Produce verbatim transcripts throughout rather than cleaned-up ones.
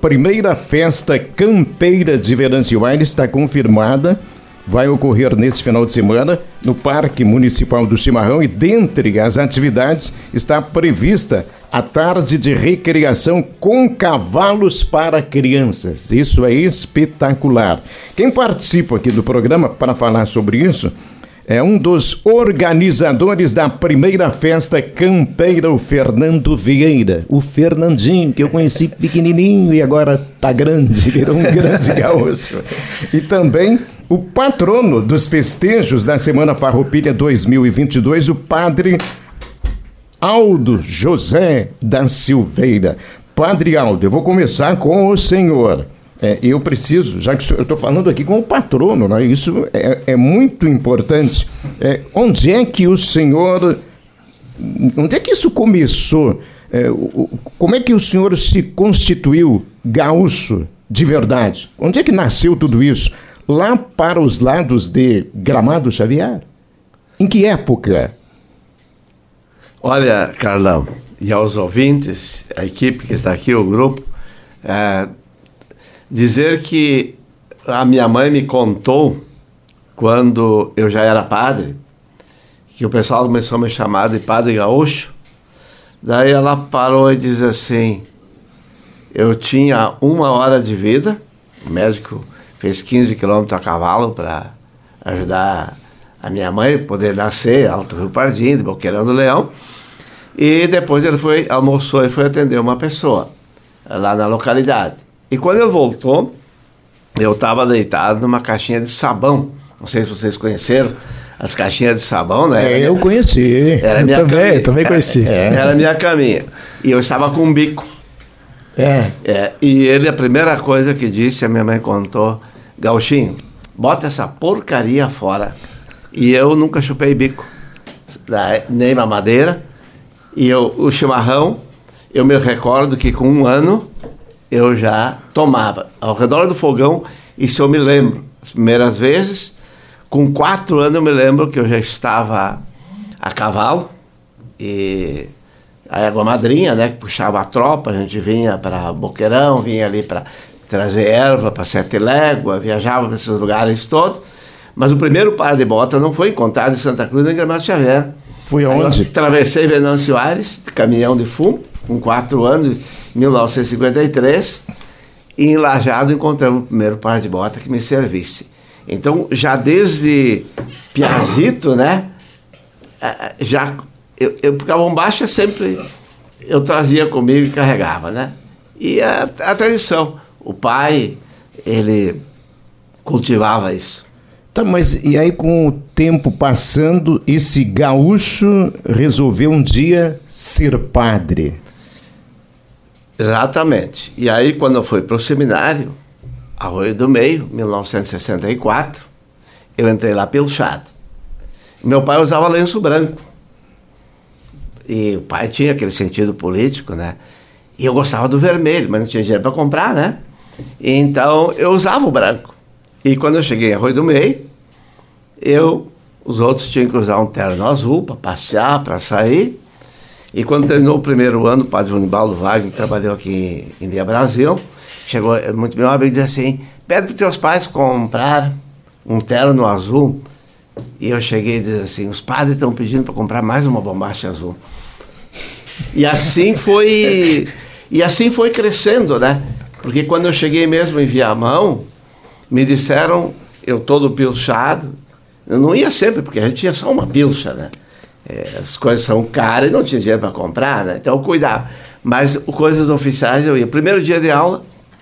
primeira festa campeira de Venâncio Aires está confirmada. Vai ocorrer nesse final de semana no Parque Municipal do Chimarrão e dentre as atividades está prevista a tarde de recreação com cavalos para crianças. Isso é espetacular. Quem participa aqui do programa para falar sobre isso é um dos organizadores da primeira festa campeira, o Fernando Vieira. O Fernandinho, que eu conheci pequenininho e agora tá grande, virou um grande gaúcho. E também o patrono dos festejos da Semana Farroupilha dois mil e vinte e dois, o padre Aldo José da Silveira. Padre Aldo, eu vou começar com o senhor. É, eu preciso, já que eu estou falando aqui com o patrono, né? Isso é, é muito importante. É, onde é que o senhor, onde é que isso começou? É, o, como é que o senhor se constituiu gaúcho de verdade? Onde é que nasceu tudo isso? Lá para os lados de Gramado Xavier? Em que época? Olha, Carlão, e aos ouvintes, a equipe que está aqui, o grupo, é, dizer que a minha mãe me contou, quando eu já era padre, que o pessoal começou a me chamar de Padre Gaúcho. Daí ela parou e disse assim, eu tinha uma hora de vida, o médico fez quinze quilômetros a cavalo para ajudar a minha mãe a poder nascer, Alto Rio Pardim, de Boqueirão do Leão, e depois ele foi, almoçou e foi atender uma pessoa lá na localidade. E quando ele voltou, eu estava deitado numa caixinha de sabão. Não sei se vocês conheceram as caixinhas de sabão, né? É, eu conheci. Era eu minha também, caminha. também conheci. É, era a minha caminha. E eu estava com um bico. É. É. E ele, a primeira coisa que disse, a minha mãe contou, Gauchinho, bota essa porcaria fora. E eu nunca chupei bico, nem mamadeira. E eu, o chimarrão, eu me recordo que com um ano eu já tomava ao redor do fogão, isso eu me lembro. As primeiras vezes, com quatro anos eu me lembro que eu já estava a cavalo e a égua madrinha, né, que puxava a tropa, a gente vinha para Boqueirão, vinha ali para trazer erva para Sete Léguas, viajava para esses lugares todos, mas o primeiro par de bota não foi encontrado em Santa Cruz nem em Gramado Xavier. Foi aonde? Eu atravessei Venâncio Aires, de caminhão de fumo, com quatro anos, em mil novecentos e cinquenta e três, e em Lajeado encontramos o primeiro par de bota que me servisse. Então, já desde piazito, né, já, eu, eu, porque a bombacha sempre eu trazia comigo e carregava, né, e a, a tradição, o pai, ele cultivava isso. Tá, mas e aí com o tempo passando, esse gaúcho resolveu um dia ser padre? Exatamente. E aí quando eu fui para o seminário, Arroio do Meio, mil novecentos e sessenta e quatro, eu entrei lá pilchado. Meu pai usava lenço branco. E o pai tinha aquele sentido político, né? E eu gostava do vermelho, mas não tinha dinheiro para comprar, né? Então eu usava o branco. E quando eu cheguei em Arroio do Meio, eu, os outros tinham que usar um terno azul para passear, para sair. E quando terminou o primeiro ano, o padre Junibaldo Wagner, que trabalhou aqui em Dia Brasil, chegou muito meu amigo e disse assim, pede para os teus pais comprar um terno azul. E eu cheguei e disse assim, os padres estão pedindo para comprar mais uma bombacha azul. E assim foi, e assim foi crescendo, né? Porque quando eu cheguei mesmo em Viamão, me disseram, eu todo pilchado, eu não ia sempre, porque a gente tinha só uma pilcha, né? É, as coisas são caras e não tinha dinheiro para comprar, né? Então eu cuidava. Mas coisas oficiais eu ia. Primeiro dia de aula,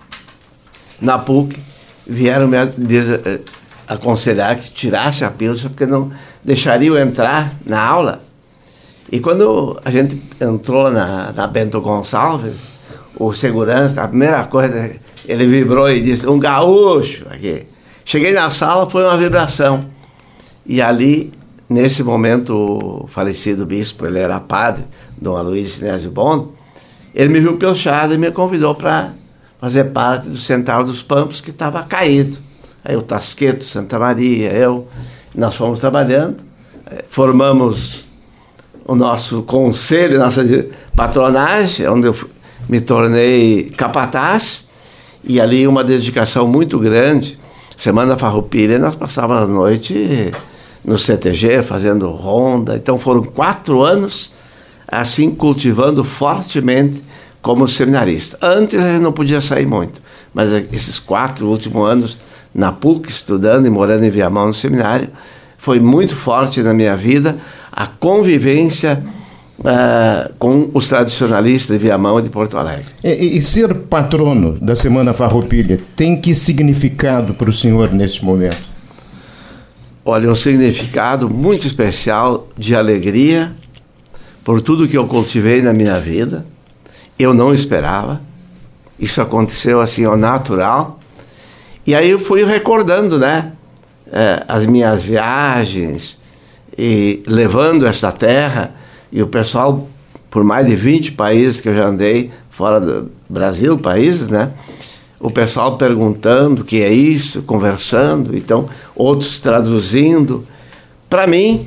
na P U C, vieram me aconselhar que tirasse a pilcha, porque não deixariam eu entrar na aula. E quando a gente entrou na, na Bento Gonçalves, o segurança, a primeira coisa, ele vibrou e disse, um gaúcho aqui. Cheguei na sala, foi uma vibração. E ali, nesse momento, o falecido bispo, ele era padre, Dom Aloysio Sinésio Bond, ele me viu pilchado e me convidou para fazer parte do Central dos Pampos, que estava caído. Aí o Tasqueto, Santa Maria, eu, nós fomos trabalhando, formamos o nosso conselho, nossa patronagem, onde eu me tornei capataz, E ali uma dedicação muito grande. Semana Farroupilha, nós passávamos a noite no C T G, fazendo ronda. Então foram quatro anos, assim, cultivando fortemente como seminarista. Antes a gente não podia sair muito, mas esses quatro últimos anos na P U C, estudando e morando em Viamão no seminário, foi muito forte na minha vida a convivência uh, com os tradicionalistas de Viamão e de Porto Alegre. E, e ser patrono da Semana Farroupilha tem que significado para o senhor neste momento? Olha, um significado muito especial de alegria por tudo que eu cultivei na minha vida. Eu não esperava. Isso aconteceu assim, ao natural. E aí eu fui recordando, né? É, as minhas viagens e levando esta terra. E o pessoal, por mais de vinte países que eu já andei, fora do Brasil, países, né? O pessoal perguntando o que é isso, conversando, então outros traduzindo. Para mim,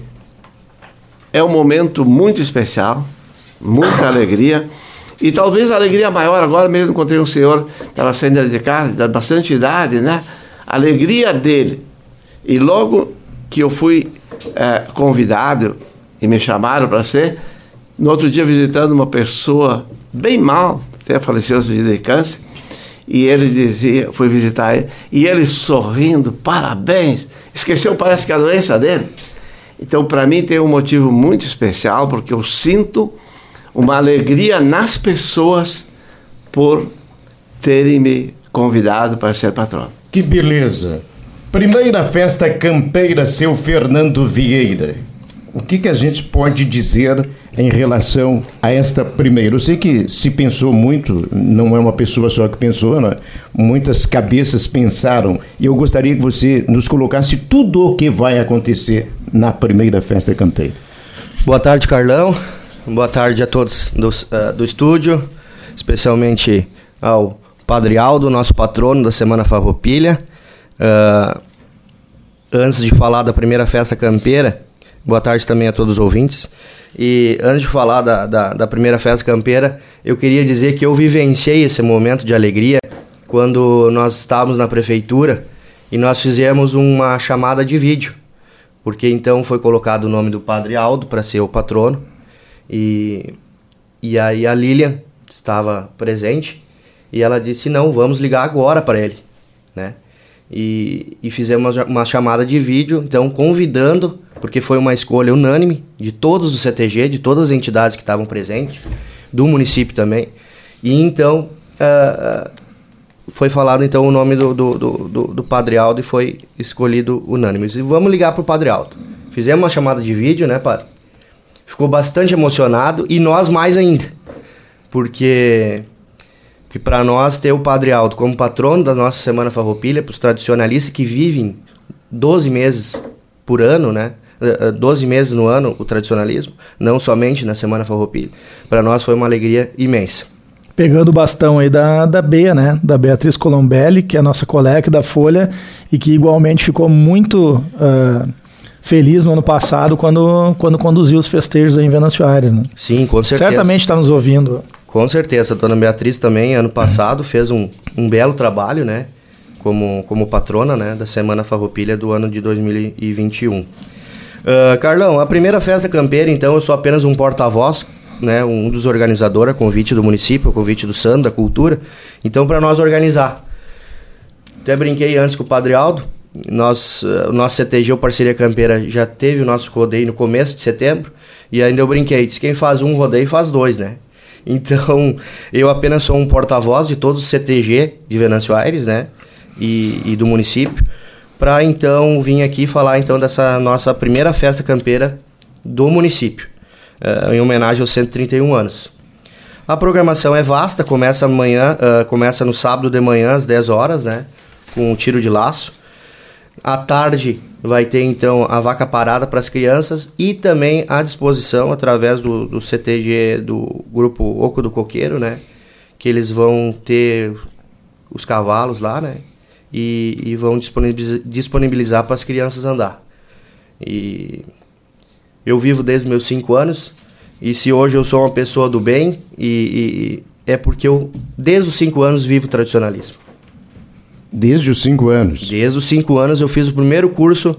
é um momento muito especial, muita alegria. E talvez a alegria maior, agora mesmo encontrei um senhor, estava saindo de casa, de bastante idade, né? A alegria dele. E logo que eu fui é, convidado e me chamaram para ser, no outro dia visitando uma pessoa bem mal, até faleceu de câncer, e ele dizia, fui visitar ele, e ele sorrindo, parabéns, esqueceu, parece que a doença dele. Então, para mim, tem um motivo muito especial, porque eu sinto uma alegria nas pessoas por terem me convidado para ser patrono. Que beleza! Primeira festa campeira, seu Fernando Vieira. O que, que a gente pode dizer em relação a esta primeira? Eu sei que se pensou muito, não é uma pessoa só que pensou, né? Muitas cabeças pensaram, e eu gostaria que você nos colocasse tudo o que vai acontecer na primeira festa campeira. Boa tarde, Carlão. Boa tarde a todos do, uh, do estúdio, especialmente ao Padre Aldo, nosso patrono da Semana Farroupilha. Uh, antes de falar da primeira festa campeira, boa tarde também a todos os ouvintes. E antes de falar da, da, da primeira festa campeira, eu queria dizer que eu vivenciei esse momento de alegria quando nós estávamos na prefeitura e nós fizemos uma chamada de vídeo, porque então foi colocado o nome do Padre Aldo para ser o patrono, e, e aí a Lilian estava presente e ela disse, não, vamos ligar agora para ele, né? E, e fizemos uma chamada de vídeo, então convidando, porque foi uma escolha unânime de todos os C T G, de todas as entidades que estavam presentes, do município também, e então uh, foi falado então o nome do, do, do, do Padre Aldo e foi escolhido unânime. E vamos ligar para o Padre Aldo. Fizemos uma chamada de vídeo, né, Padre? Ficou bastante emocionado e nós mais ainda, porque... que para nós ter o Padre Aldo como patrono da nossa Semana Farroupilha, para os tradicionalistas que vivem doze meses por ano, né? doze meses no ano o tradicionalismo, não somente na Semana Farroupilha, para nós foi uma alegria imensa. Pegando o bastão aí da, da Bea, né? Da Beatriz Colombelli, que é a nossa colega da Folha, e que igualmente ficou muito uh, feliz no ano passado quando, quando conduziu os festejos aí em Venâncio Aires, né? Sim, com certeza. Certamente está nos ouvindo. Com certeza, a dona Beatriz também, ano passado, fez um, um belo trabalho, né, como, como patrona, né, da Semana Farroupilha do ano de dois mil e vinte e um. Uh, Carlão, a primeira festa campeira, então, eu sou apenas um porta-voz, né, um dos organizadores, a convite do município, a convite do Sandro, da Cultura, então, para nós organizar. Até brinquei antes com o Padre Aldo, nós, uh, o nosso C T G, o Parceria Campeira, já teve o nosso rodeio no começo de setembro, e ainda eu brinquei, disse, quem faz um rodeio faz dois, né? Então, eu apenas sou um porta-voz de todos os C T G de Venâncio Aires, né, e, e do município, para então vir aqui falar então dessa nossa primeira festa campeira do município, uh, em homenagem aos cento e trinta e um anos. A programação é vasta, começa amanhã, uh, começa no sábado de manhã às dez horas, né, com um tiro de laço. À tarde vai ter então a vaca parada para as crianças e também à disposição através do, do C T G do grupo Oco do Coqueiro, né? Que eles vão ter os cavalos lá, né? E, e vão disponibilizar, disponibilizar para as crianças andar. E eu vivo desde os meus cinco anos e se hoje eu sou uma pessoa do bem, e, e é porque eu desde os cinco anos vivo tradicionalismo. Desde os cinco anos? Desde os cinco anos eu fiz o primeiro curso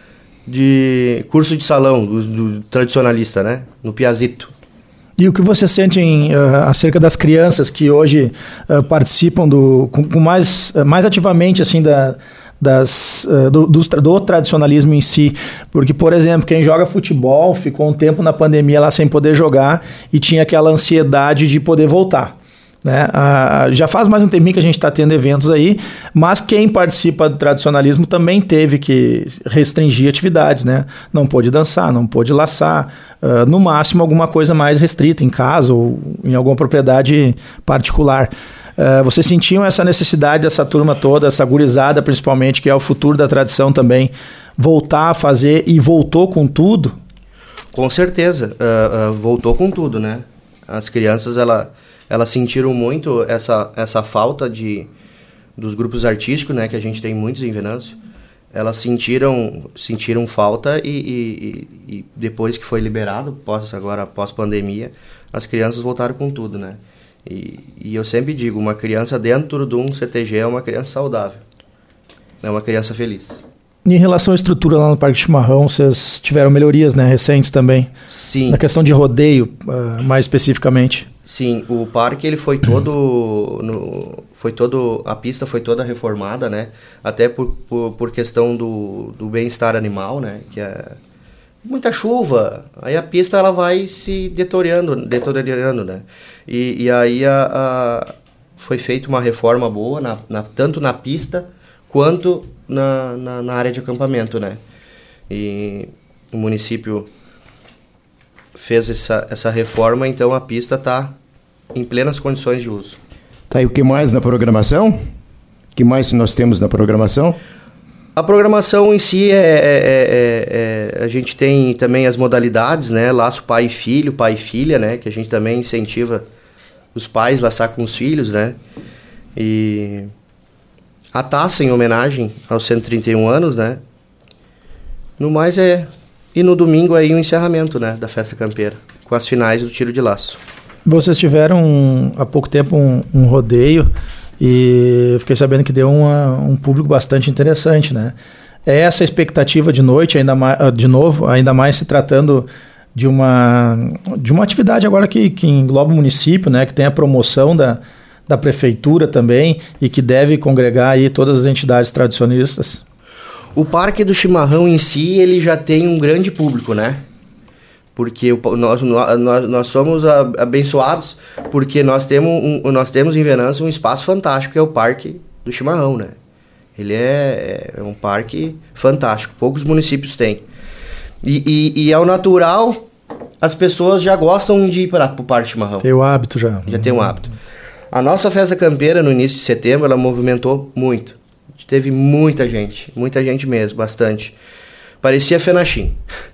de curso de salão, do, do tradicionalista, né? No Piazito. E o que você sente em, uh, acerca das crianças que hoje uh, participam do, com, com mais, uh, mais ativamente assim, da, das, uh, do, do, do tradicionalismo em si? Porque, por exemplo, quem joga futebol ficou um tempo na pandemia lá sem poder jogar e tinha aquela ansiedade de poder voltar. Né? Ah, já faz mais um tempinho que a gente está tendo eventos aí, mas quem participa do tradicionalismo também teve que restringir atividades, né? Não pôde dançar, não pôde laçar, uh, no máximo alguma coisa mais restrita em casa ou em alguma propriedade particular. Uh, vocês sentiam essa necessidade dessa turma toda, essa gurizada principalmente, que é o futuro da tradição também, voltar a fazer e voltou com tudo? Com certeza, uh, uh, voltou com tudo, né? As crianças, ela... elas sentiram muito essa, essa falta de, dos grupos artísticos, né, que a gente tem muitos em Venâncio. Elas sentiram, sentiram falta e, e, e depois que foi liberado, pós, agora pós-pandemia, as crianças voltaram com tudo, né? E, e eu sempre digo, uma criança dentro de um C T G é uma criança saudável, é uma criança feliz. E em relação à estrutura lá no Parque Chimarrão, vocês tiveram melhorias, né, recentes também? Sim. Na questão de rodeio, uh, mais especificamente? Sim, o parque ele foi todo, no, foi todo, a pista foi toda reformada, né? Até por, por, por questão do, do bem-estar animal, né? Que é muita chuva, aí a pista ela vai se deteriorando, deteriorando, né? E, e aí a, a, foi feita uma reforma boa, na, na, tanto na pista quanto na, na, na área de acampamento, né? E o município fez essa, essa reforma, então a pista está em plenas condições de uso. Tá, e o que mais na programação? O que mais nós temos na programação? A programação em si, é, é, é, é, a gente tem também as modalidades, né? Laço pai e filho, pai e filha, né? Que a gente também incentiva os pais a laçar com os filhos, né? E a taça em homenagem aos cento e trinta e um anos, né? No mais é... E no domingo aí o encerramento, né, da festa campeira, com as finais do tiro de laço. Vocês tiveram um, há pouco tempo um, um rodeio e eu fiquei sabendo que deu uma, um público bastante interessante, né? É essa expectativa de noite, ainda mais, de novo, ainda mais se tratando de uma, de uma atividade agora que, que engloba o município, né, que tem a promoção da, da prefeitura também e que deve congregar aí todas as entidades tradicionalistas? O Parque do Chimarrão em si, ele já tem um grande público, né? Porque o, nós, nós, nós somos abençoados porque nós temos, um, nós temos em Venâncio um espaço fantástico, que é o Parque do Chimarrão, né? Ele é, é um parque fantástico, poucos municípios têm. E, e, e ao natural, as pessoas já gostam de ir para o Parque do Chimarrão. Tem o hábito já. Já tem um hábito. A nossa festa campeira, no início de setembro, ela movimentou muito. Teve muita gente, muita gente mesmo, bastante. Parecia Fenachim.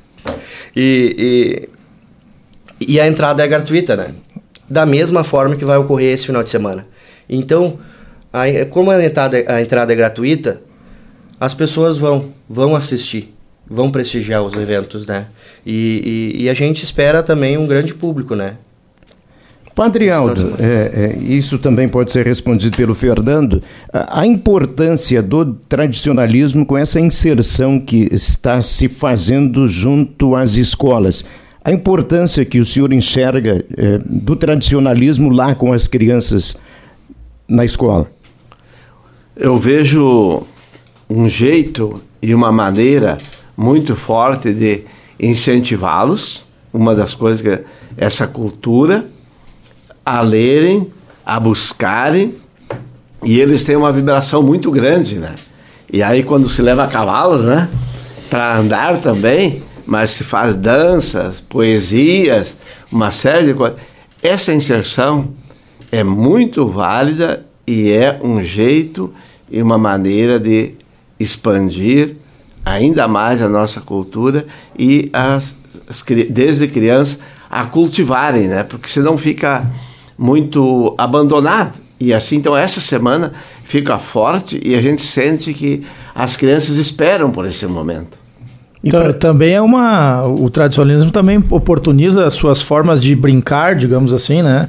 E, e, e a entrada é gratuita, né? Da mesma forma que vai ocorrer esse final de semana. Então, a, como a entrada, a entrada é gratuita, as pessoas vão, vão assistir, vão prestigiar os eventos, né? E, e, e a gente espera também um grande público, né? Padre Aldo, é, é, isso também pode ser respondido pelo Fernando, a, a importância do tradicionalismo com essa inserção que está se fazendo junto às escolas, a importância que o senhor enxerga é, do tradicionalismo lá com as crianças na escola. Eu vejo um jeito e uma maneira muito forte de incentivá-los, uma das coisas que é essa cultura, a lerem, a buscarem, e eles têm uma vibração muito grande, né? E aí quando se leva cavalos, né, para andar também, mas se faz danças, poesias, uma série de coisas. Essa inserção é muito válida e é um jeito e uma maneira de expandir ainda mais a nossa cultura e as, as desde criança a cultivarem, né? Porque senão fica muito abandonado. E assim, então, essa semana fica forte e a gente sente que as crianças esperam por esse momento. Então, também é uma... O tradicionalismo também oportuniza as suas formas de brincar, digamos assim, né?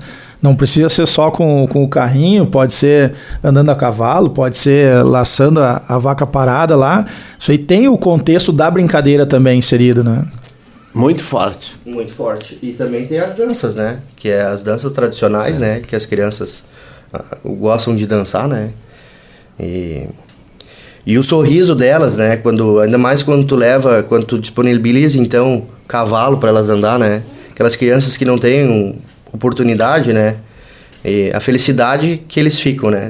Não precisa ser só com, com o carrinho, pode ser andando a cavalo, pode ser laçando a, a vaca parada lá. Isso aí tem o contexto da brincadeira também inserido, né? Muito forte. Muito forte. E também tem as danças, né? Que é as danças tradicionais, né? Que as crianças uh, gostam de dançar, né? E, e o sorriso delas, né? Quando, ainda mais quando tu leva, quando tu disponibiliza, então, cavalo para elas andar, né? Aquelas crianças que não têm um, oportunidade, né? E a felicidade que eles ficam, né?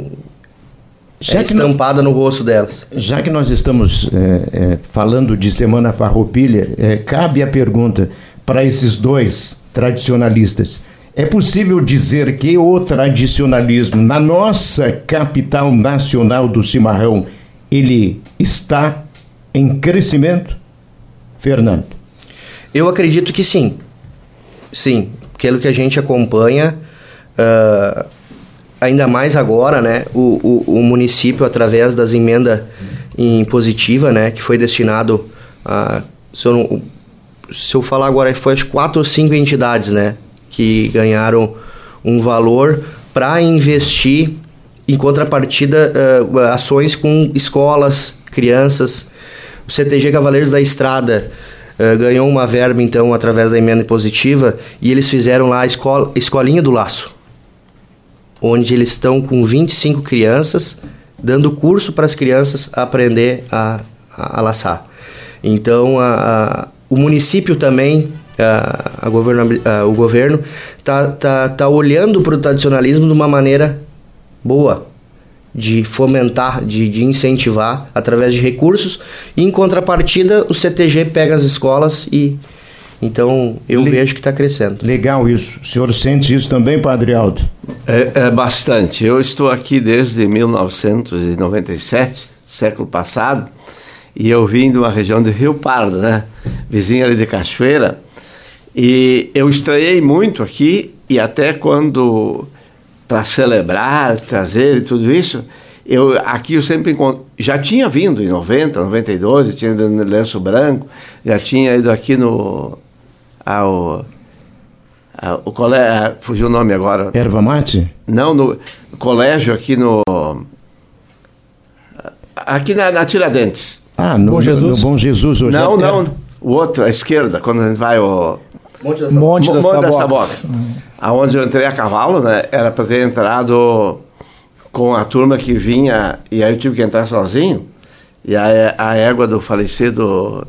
Já é estampada no, no rosto delas. Já que nós estamos é, é, falando de Semana Farroupilha, é, cabe a pergunta para esses dois tradicionalistas. É possível dizer que o tradicionalismo na nossa capital nacional do chimarrão, ele está em crescimento? Fernando? Eu acredito que sim. Sim, pelo que a gente acompanha... Uh, ainda mais agora, né, o, o, o município, através das emendas impositivas, né, que foi destinado a, se eu, não, se eu falar agora, foi as quatro ou cinco entidades, né, que ganharam um valor para investir em contrapartida uh, ações com escolas, crianças. O C T G Cavaleiros da Estrada uh, ganhou uma verba, então, através da emenda impositiva, e eles fizeram lá a escola, Escolinha do Laço, onde eles estão com vinte e cinco crianças, dando curso para as crianças aprender a, a, a laçar. Então, a, a, o município também, a, a governa, a, o governo, está tá, tá olhando para o tradicionalismo de uma maneira boa, de fomentar, de, de incentivar através de recursos, e em contrapartida o C T G pega as escolas e... Então, eu Le... vejo que está crescendo. Legal isso. O senhor sente isso também, Padre Aldo? É, é bastante. Eu estou aqui desde mil novecentos e noventa e sete, século passado, e eu vim de uma região de Rio Pardo, né? Vizinha ali de Cachoeira, e eu estranhei muito aqui, e até quando, para celebrar, trazer e tudo isso, eu, aqui eu sempre encontro, já tinha vindo em noventa, noventa e dois, eu tinha ido no Lenço Branco, já tinha ido aqui no... Ao, ao, o colégio, fugiu o nome agora. Erva Mate? Não, no, no colégio aqui no... Aqui na, na Tiradentes. Ah, no Bom Jesus? No Bom Jesus. Hoje não, é... não, o outro, à esquerda, quando a gente vai ao... Monte das Monte das Monte das Tabocas. Aonde eu entrei a cavalo, né, era para ter entrado com a turma que vinha, e aí eu tive que entrar sozinho, e a, a égua do falecido...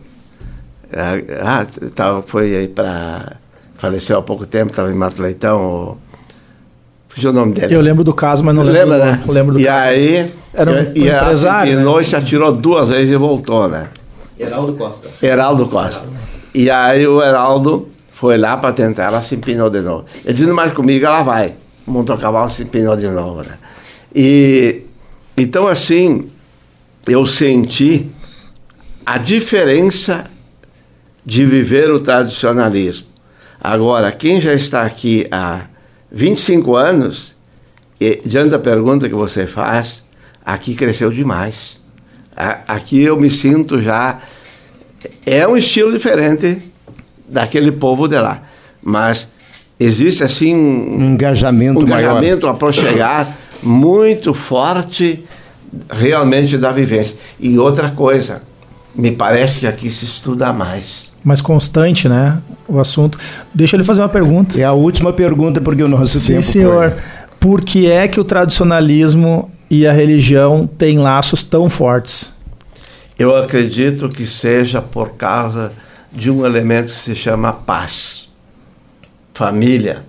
Ah, tava, foi aí para... Faleceu há pouco tempo, estava em Mato Leitão. O, fugiu o nome dele. Eu lembro do caso, mas não lembro. Lembra, né? Eu lembro do e caso. aí... Era um, um e empresário, assim, né? se atirou duas vezes e voltou, né? Heraldo Costa. Heraldo Costa. E aí o Heraldo foi lá para tentar, ela se empinou de novo. Ele disse, mais comigo, ela vai. Montou o cavalo, se empinou de novo, né? E... Então, assim, eu senti a diferença de viver o tradicionalismo. Agora, quem já está aqui há vinte e cinco anos, e, diante da pergunta que você faz, aqui cresceu demais. A, aqui eu me sinto já... É um estilo diferente daquele povo de lá. Mas existe, assim... Um engajamento um maior. Um engajamento, aproxegar muito forte, realmente, da vivência. E outra coisa, me parece que aqui se estuda mais. Mais constante, né? O assunto. Deixa eu lhe fazer uma pergunta. É a última pergunta, porque o nosso Sim, tempo... Sim, senhor. Foi. Por que é que o tradicionalismo e a religião têm laços tão fortes? Eu acredito que seja por causa de um elemento que se chama paz. Família.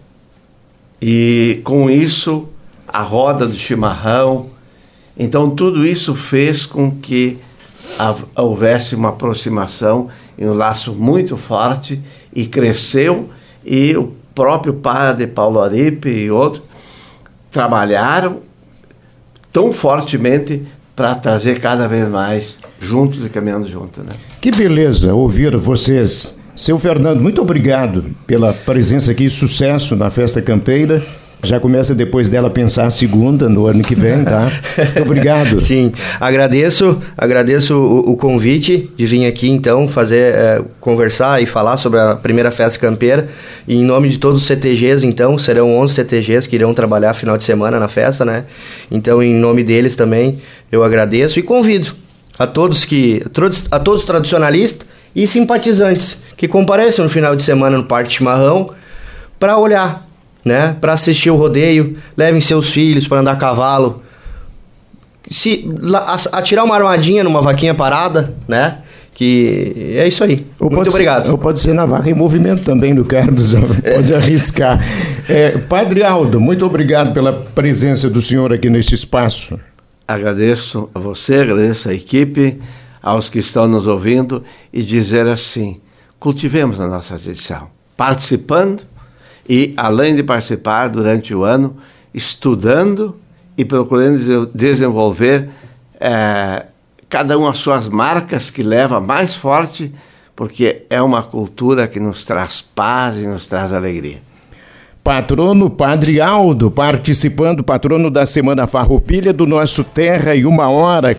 E com isso, a roda do chimarrão. Então, tudo isso fez com que houvesse uma aproximação e um laço muito forte, e cresceu, e o próprio padre Paulo Aripe e outros trabalharam tão fortemente para trazer cada vez mais juntos e caminhando juntos, né? Que beleza ouvir vocês. Seu Fernando, muito obrigado pela presença aqui, sucesso na Festa Campeira, Já começa depois dela pensar a segunda no ano que vem, tá? Muito obrigado. Sim, agradeço, agradeço o, o convite de vir aqui então fazer, é, conversar e falar sobre a primeira festa campeira. E em nome de todos os C T Gs, então, serão onze C T Gs que irão trabalhar final de semana na festa, né? Então, em nome deles também, eu agradeço e convido a todos que, a todos os tradicionalistas e simpatizantes que compareçam no final de semana no Parque Chimarrão para olhar, né, para assistir o rodeio, levem seus filhos para andar a cavalo, se atirar uma armadinha numa vaquinha parada, né, que é isso aí. Ou muito obrigado. Ser, ou pode ser na vaca em movimento também do Carlos, pode arriscar. É, Padre Aldo, muito obrigado pela presença do senhor aqui neste espaço. Agradeço a você, agradeço a equipe, aos que estão nos ouvindo, e dizer assim, cultivemos a nossa tradição, participando e, além de participar durante o ano, estudando e procurando desenvolver é, cada uma as suas marcas que leva mais forte, porque é uma cultura que nos traz paz e nos traz alegria. Patrono Padre Aldo, participando, patrono da Semana Farroupilha do nosso Terra e Uma Hora.